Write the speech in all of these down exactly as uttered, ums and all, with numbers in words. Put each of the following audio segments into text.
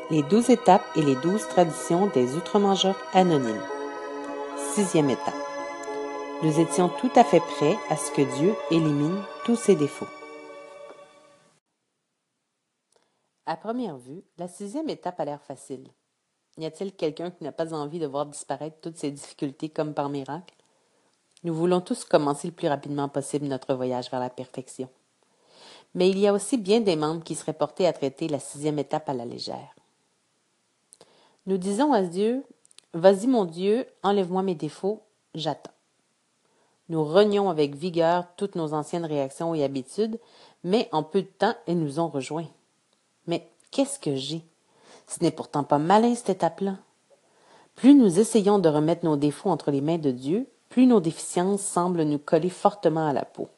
Les douze étapes et les douze traditions des outre-mangeurs anonymes. Sixième étape. Nous étions tout à fait prêts à ce que Dieu élimine tous ses défauts. À première vue, la sixième étape a l'air facile. Y a-t-il quelqu'un qui n'a pas envie de voir disparaître toutes ses difficultés comme par miracle? Nous voulons tous commencer le plus rapidement possible notre voyage vers la perfection. Mais il y a aussi bien des membres qui seraient portés à traiter la sixième étape à la légère. Nous disons à Dieu, « Vas-y mon Dieu, enlève-moi mes défauts, j'attends. » Nous renions avec vigueur toutes nos anciennes réactions et habitudes, mais en peu de temps, elles nous ont rejoints. Mais qu'est-ce que j'ai? Ce n'est pourtant pas malin cette étape-là. Plus nous essayons de remettre nos défauts entre les mains de Dieu, plus nos déficiences semblent nous coller fortement à la peau.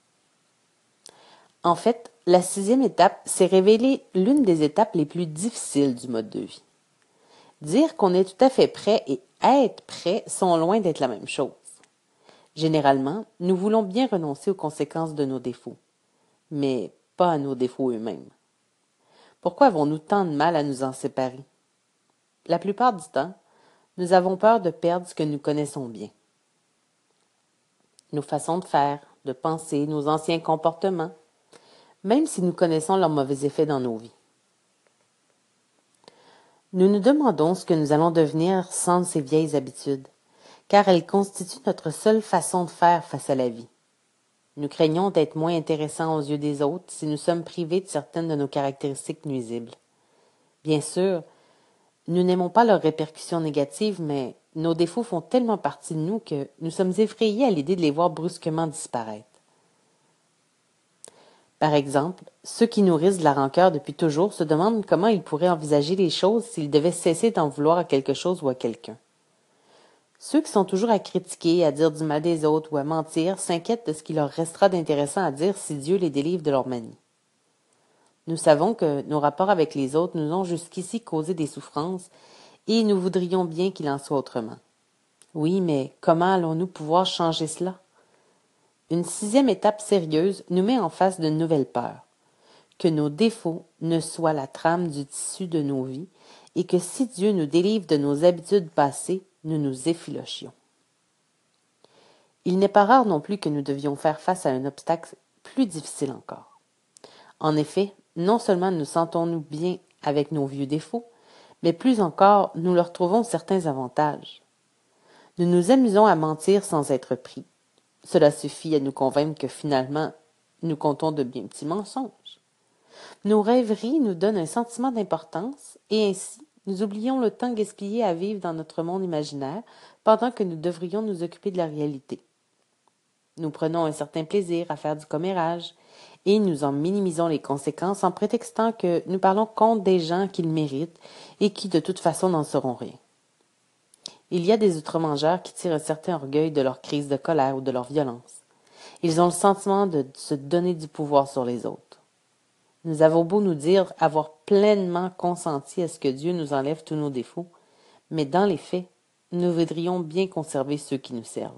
En fait, la sixième étape s'est révélée l'une des étapes les plus difficiles du mode de vie. Dire qu'on est tout à fait prêt et être prêt sont loin d'être la même chose. Généralement, nous voulons bien renoncer aux conséquences de nos défauts, mais pas à nos défauts eux-mêmes. Pourquoi avons-nous tant de mal à nous en séparer? La plupart du temps, nous avons peur de perdre ce que nous connaissons bien. Nos façons de faire, de penser, nos anciens comportements, même si nous connaissons leurs mauvais effets dans nos vies. Nous nous demandons ce que nous allons devenir sans ces vieilles habitudes, car elles constituent notre seule façon de faire face à la vie. Nous craignons d'être moins intéressants aux yeux des autres si nous sommes privés de certaines de nos caractéristiques nuisibles. Bien sûr, nous n'aimons pas leurs répercussions négatives, mais nos défauts font tellement partie de nous que nous sommes effrayés à l'idée de les voir brusquement disparaître. Par exemple, ceux qui nourrissent de la rancœur depuis toujours se demandent comment ils pourraient envisager les choses s'ils devaient cesser d'en vouloir à quelque chose ou à quelqu'un. Ceux qui sont toujours à critiquer, à dire du mal des autres ou à mentir s'inquiètent de ce qu'il leur restera d'intéressant à dire si Dieu les délivre de leur manie. Nous savons que nos rapports avec les autres nous ont jusqu'ici causé des souffrances et nous voudrions bien qu'il en soit autrement. Oui, mais comment allons-nous pouvoir changer cela? Une sixième étape sérieuse nous met en face d'une nouvelle peur. Que nos défauts ne soient la trame du tissu de nos vies et que si Dieu nous délivre de nos habitudes passées, nous nous effilochions. Il n'est pas rare non plus que nous devions faire face à un obstacle plus difficile encore. En effet, non seulement nous sentons-nous bien avec nos vieux défauts, mais plus encore, nous leur trouvons certains avantages. Nous nous amusons à mentir sans être pris. Cela suffit à nous convaincre que finalement, nous comptons de bien petits mensonges. Nos rêveries nous donnent un sentiment d'importance et ainsi, nous oublions le temps gaspillé à vivre dans notre monde imaginaire pendant que nous devrions nous occuper de la réalité. Nous prenons un certain plaisir à faire du commérage et nous en minimisons les conséquences en prétextant que nous parlons contre des gens qui le méritent et qui de toute façon n'en sauront rien. Il y a des outre-mangeurs qui tirent un certain orgueil de leur crise de colère ou de leur violence. Ils ont le sentiment de se donner du pouvoir sur les autres. Nous avons beau nous dire avoir pleinement consenti à ce que Dieu nous enlève tous nos défauts, mais dans les faits, nous voudrions bien conserver ceux qui nous servent.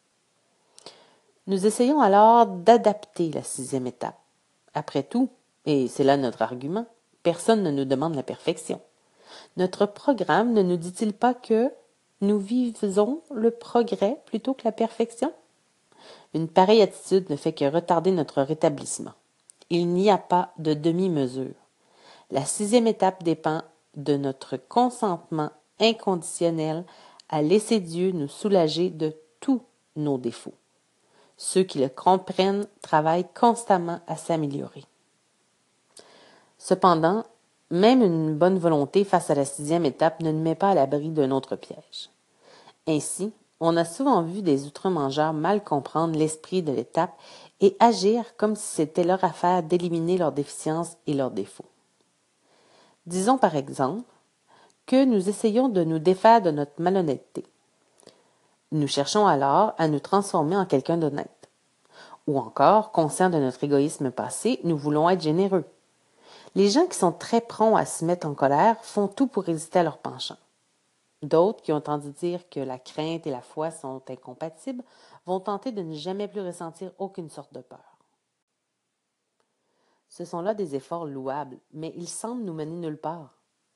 Nous essayons alors d'adapter la sixième étape. Après tout, et c'est là notre argument, personne ne nous demande la perfection. Notre programme ne nous dit-il pas que nous visons le progrès plutôt que la perfection? Une pareille attitude ne fait que retarder notre rétablissement. Il n'y a pas de demi-mesure. La sixième étape dépend de notre consentement inconditionnel à laisser Dieu nous soulager de tous nos défauts. Ceux qui le comprennent travaillent constamment à s'améliorer. Cependant, même une bonne volonté face à la sixième étape ne nous met pas à l'abri d'un autre piège. Ainsi, on a souvent vu des outre-mangeurs mal comprendre l'esprit de l'étape et agir comme si c'était leur affaire d'éliminer leurs déficiences et leurs défauts. Disons par exemple que nous essayons de nous défaire de notre malhonnêteté. Nous cherchons alors à nous transformer en quelqu'un d'honnête. Ou encore, conscients de notre égoïsme passé, nous voulons être généreux. Les gens qui sont très prompts à se mettre en colère font tout pour résister à leur penchant. D'autres, qui ont entendu dire que la crainte et la foi sont incompatibles, vont tenter de ne jamais plus ressentir aucune sorte de peur. Ce sont là des efforts louables, mais ils semblent nous mener nulle part.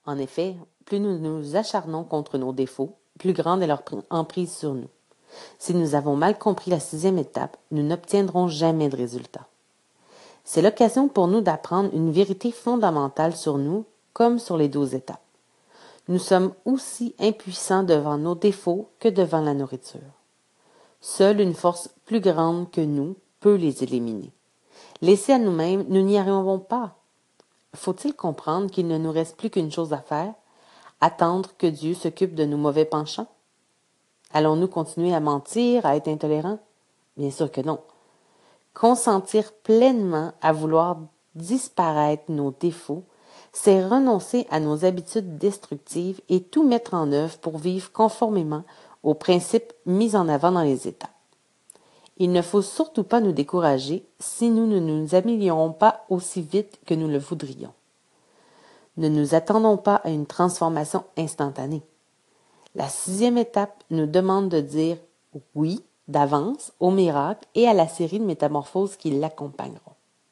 En effet, plus nous nous acharnons contre nos défauts, plus grande est leur emprise sur nous. Si nous avons mal compris la sixième étape, nous n'obtiendrons jamais de résultat. C'est l'occasion pour nous d'apprendre une vérité fondamentale sur nous, comme sur les douze étapes. Nous sommes aussi impuissants devant nos défauts que devant la nourriture. Seule une force plus grande que nous peut les éliminer. Laissés à nous-mêmes, nous n'y arriverons pas. Faut-il comprendre qu'il ne nous reste plus qu'une chose à faire, attendre que Dieu s'occupe de nos mauvais penchants? Allons-nous continuer à mentir, à être intolérants? Bien sûr que non. Consentir pleinement à vouloir disparaître nos défauts, c'est renoncer à nos habitudes destructives et tout mettre en œuvre pour vivre conformément aux principes mis en avant dans les étapes. Il ne faut surtout pas nous décourager si nous ne nous améliorons pas aussi vite que nous le voudrions. Ne nous attendons pas à une transformation instantanée. La sixième étape nous demande de dire oui d'avance au miracle et à la série de métamorphoses qui l'accompagneront.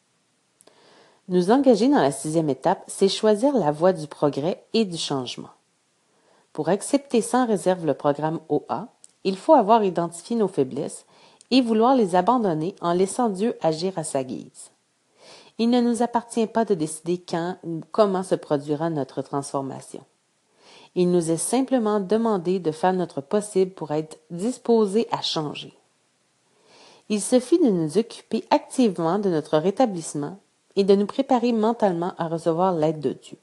Nous engager dans la sixième étape, c'est choisir la voie du progrès et du changement. Pour accepter sans réserve le programme O A, il faut avoir identifié nos faiblesses et vouloir les abandonner en laissant Dieu agir à sa guise. Il ne nous appartient pas de décider quand ou comment se produira notre transformation. Il nous est simplement demandé de faire notre possible pour être disposés à changer. Il suffit de nous occuper activement de notre rétablissement et de nous préparer mentalement à recevoir l'aide de Dieu.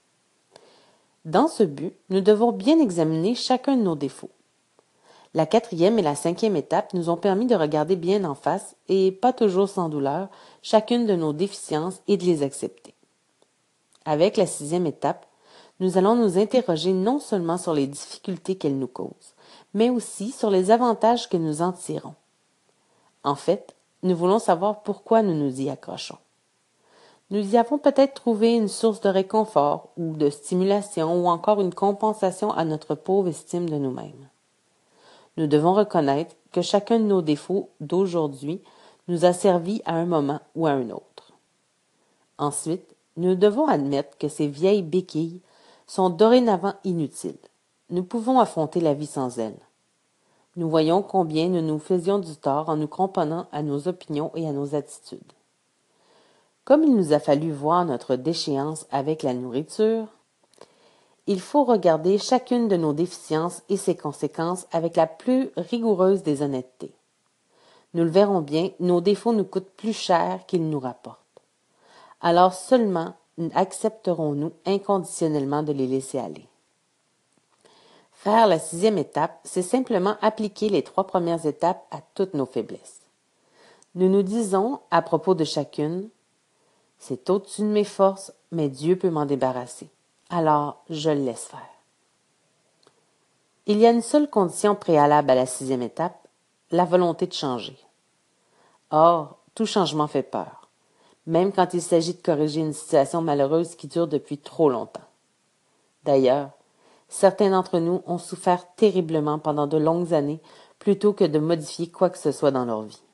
Dans ce but, nous devons bien examiner chacun de nos défauts. La quatrième et la cinquième étape nous ont permis de regarder bien en face, et pas toujours sans douleur, chacune de nos déficiences et de les accepter. Avec la sixième étape, nous allons nous interroger non seulement sur les difficultés qu'elle nous cause, mais aussi sur les avantages que nous en tirons. En fait, nous voulons savoir pourquoi nous nous y accrochons. Nous y avons peut-être trouvé une source de réconfort ou de stimulation ou encore une compensation à notre pauvre estime de nous-mêmes. Nous devons reconnaître que chacun de nos défauts d'aujourd'hui nous a servi à un moment ou à un autre. Ensuite, nous devons admettre que ces vieilles béquilles sont dorénavant inutiles. Nous pouvons affronter la vie sans elles. Nous voyons combien nous nous faisions du tort en nous cramponnant à nos opinions et à nos attitudes. Comme il nous a fallu voir notre déchéance avec la nourriture, il faut regarder chacune de nos déficiences et ses conséquences avec la plus rigoureuse des honnêtetés. Nous le verrons bien, nos défauts nous coûtent plus cher qu'ils nous rapportent. Alors seulement accepterons-nous inconditionnellement de les laisser aller. Faire la sixième étape, c'est simplement appliquer les trois premières étapes à toutes nos faiblesses. Nous nous disons, à propos de chacune, « C'est au-dessus de mes forces, mais Dieu peut m'en débarrasser. Alors, je le laisse faire. » Il y a une seule condition préalable à la sixième étape, la volonté de changer. Or, tout changement fait peur, même quand il s'agit de corriger une situation malheureuse qui dure depuis trop longtemps. D'ailleurs, certains d'entre nous ont souffert terriblement pendant de longues années plutôt que de modifier quoi que ce soit dans leur vie.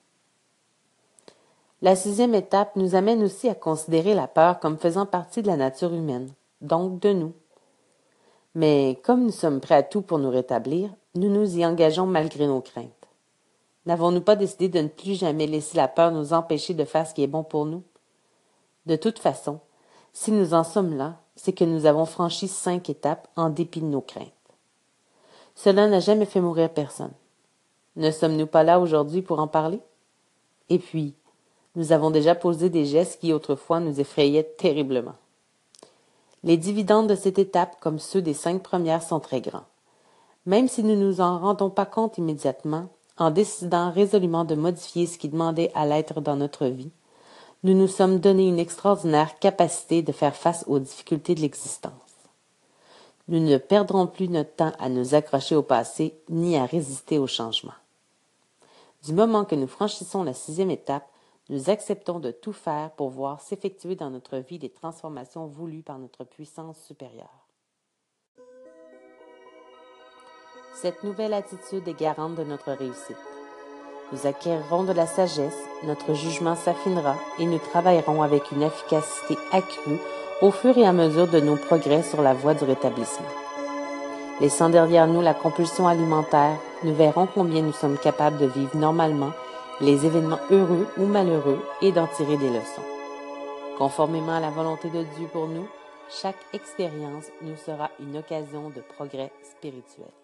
La sixième étape nous amène aussi à considérer la peur comme faisant partie de la nature humaine, donc de nous. Mais comme nous sommes prêts à tout pour nous rétablir, nous nous y engageons malgré nos craintes. N'avons-nous pas décidé de ne plus jamais laisser la peur nous empêcher de faire ce qui est bon pour nous? De toute façon, si nous en sommes là, c'est que nous avons franchi cinq étapes en dépit de nos craintes. Cela n'a jamais fait mourir personne. Ne sommes-nous pas là aujourd'hui pour en parler? Et puis, nous avons déjà posé des gestes qui autrefois nous effrayaient terriblement. Les dividendes de cette étape, comme ceux des cinq premières, sont très grands. Même si nous ne nous en rendons pas compte immédiatement, en décidant résolument de modifier ce qui demandait à l'être dans notre vie, nous nous sommes donné une extraordinaire capacité de faire face aux difficultés de l'existence. Nous ne perdrons plus notre temps à nous accrocher au passé ni à résister au changement. Du moment que nous franchissons la sixième étape, nous acceptons de tout faire pour voir s'effectuer dans notre vie les transformations voulues par notre puissance supérieure. Cette nouvelle attitude est garante de notre réussite. Nous acquérerons de la sagesse, notre jugement s'affinera et nous travaillerons avec une efficacité accrue au fur et à mesure de nos progrès sur la voie du rétablissement. Laissant derrière nous la compulsion alimentaire, nous verrons combien nous sommes capables de vivre normalement les événements heureux ou malheureux et d'en tirer des leçons. Conformément à la volonté de Dieu pour nous, chaque expérience nous sera une occasion de progrès spirituel.